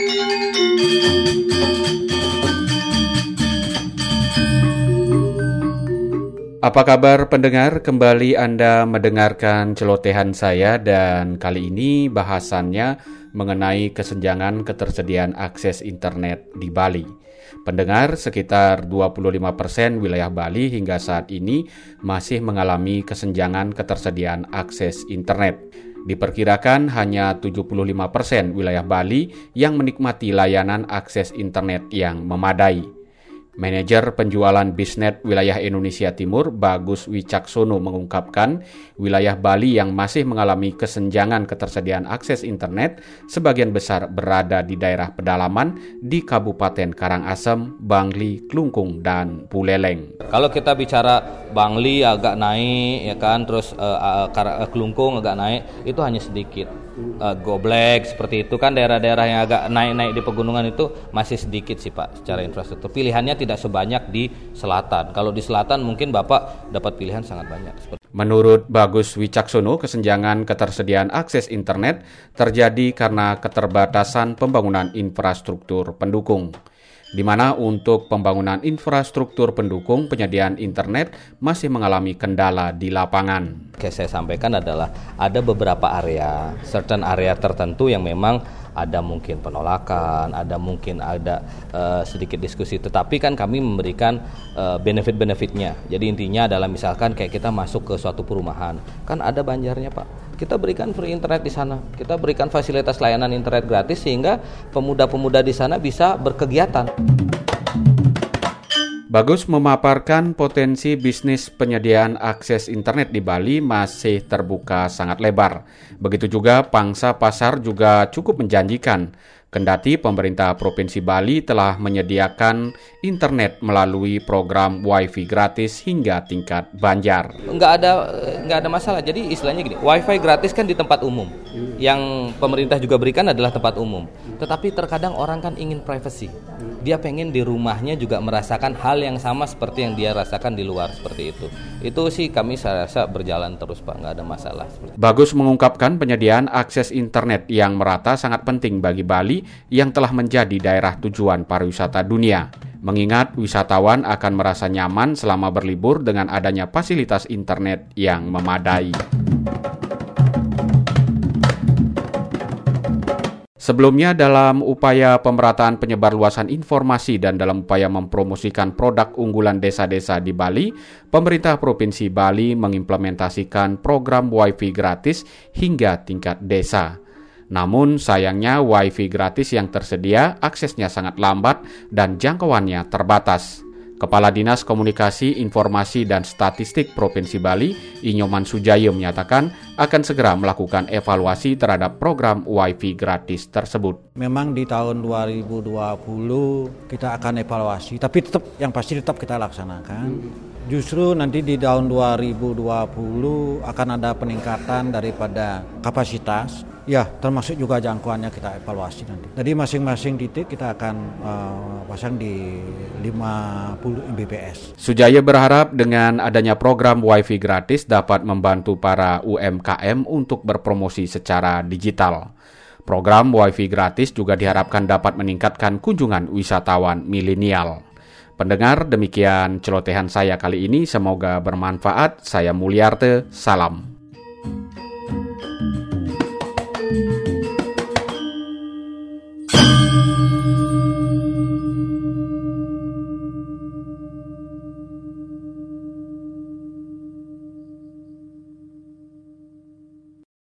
Apa kabar pendengar? Kembali Anda mendengarkan celotehan saya dan kali ini bahasannya mengenai kesenjangan ketersediaan akses internet di Bali. Pendengar, sekitar 25% wilayah Bali hingga saat ini masih mengalami kesenjangan ketersediaan akses internet. Diperkirakan hanya 75% wilayah Bali yang menikmati layanan akses internet yang memadai. Manajer penjualan Bisnet Wilayah Indonesia Timur, Bagus Wicaksono mengungkapkan, wilayah Bali yang masih mengalami kesenjangan ketersediaan akses internet sebagian besar berada di daerah pedalaman di Kabupaten Karangasem, Bangli, Klungkung, dan Buleleng. Kalau kita bicara Bangli agak naik, ya kan, terus Klungkung agak naik, itu hanya sedikit. Goblek seperti itu kan daerah-daerah yang agak naik-naik di pegunungan itu masih sedikit sih Pak secara infrastruktur. Pilihannya tidak sebanyak di selatan. Kalau di selatan mungkin Bapak dapat pilihan sangat banyak. Menurut Bagus Wicaksono, kesenjangan ketersediaan akses internet terjadi karena keterbatasan pembangunan infrastruktur pendukung, di mana untuk pembangunan infrastruktur pendukung penyediaan internet masih mengalami kendala di lapangan. Oke, saya sampaikan adalah ada beberapa area, certain area tertentu yang memang ada mungkin penolakan, ada mungkin ada sedikit diskusi, tetapi kan kami memberikan benefit-benefitnya. Jadi intinya adalah misalkan kayak kita masuk ke suatu perumahan, kan ada banjarnya Pak. Kita berikan free internet di sana, kita berikan fasilitas layanan internet gratis sehingga pemuda-pemuda di sana bisa berkegiatan. Bagus memaparkan potensi bisnis penyediaan akses internet di Bali masih terbuka sangat lebar. Begitu juga pangsa pasar juga cukup menjanjikan. Kendati pemerintah Provinsi Bali telah menyediakan internet melalui program WiFi gratis hingga tingkat banjar. Nggak ada masalah. Jadi istilahnya gini, WiFi gratis kan di tempat umum. Yang pemerintah juga berikan adalah tempat umum. Tetapi terkadang orang kan ingin privacy. Dia pengen di rumahnya juga merasakan hal yang sama seperti yang dia rasakan di luar, seperti itu. Itu sih saya rasa berjalan terus Pak, nggak ada masalah. Bagus mengungkapkan penyediaan akses internet yang merata sangat penting bagi Bali yang telah menjadi daerah tujuan pariwisata dunia. Mengingat wisatawan akan merasa nyaman selama berlibur dengan adanya fasilitas internet yang memadai. Sebelumnya, dalam upaya pemerataan penyebar luasan informasi dan dalam upaya mempromosikan produk unggulan desa-desa di Bali, pemerintah Provinsi Bali mengimplementasikan program WiFi gratis hingga tingkat desa. Namun sayangnya WiFi gratis yang tersedia aksesnya sangat lambat dan jangkauannya terbatas. Kepala Dinas Komunikasi, Informasi, dan Statistik Provinsi Bali, Inyoman Sujayo menyatakan akan segera melakukan evaluasi terhadap program WiFi gratis tersebut. Memang di tahun 2020 kita akan evaluasi, tapi yang pasti tetap kita laksanakan. Justru nanti di tahun 2020 akan ada peningkatan daripada kapasitas, ya termasuk juga jangkauannya kita evaluasi nanti. Jadi masing-masing titik kita akan pasang di 50 Mbps. Sujaya berharap dengan adanya program WiFi gratis dapat membantu para UMKM untuk berpromosi secara digital. Program WiFi gratis juga diharapkan dapat meningkatkan kunjungan wisatawan milenial. Pendengar, demikian celotehan saya kali ini. Semoga bermanfaat. Saya Mulyarte, salam.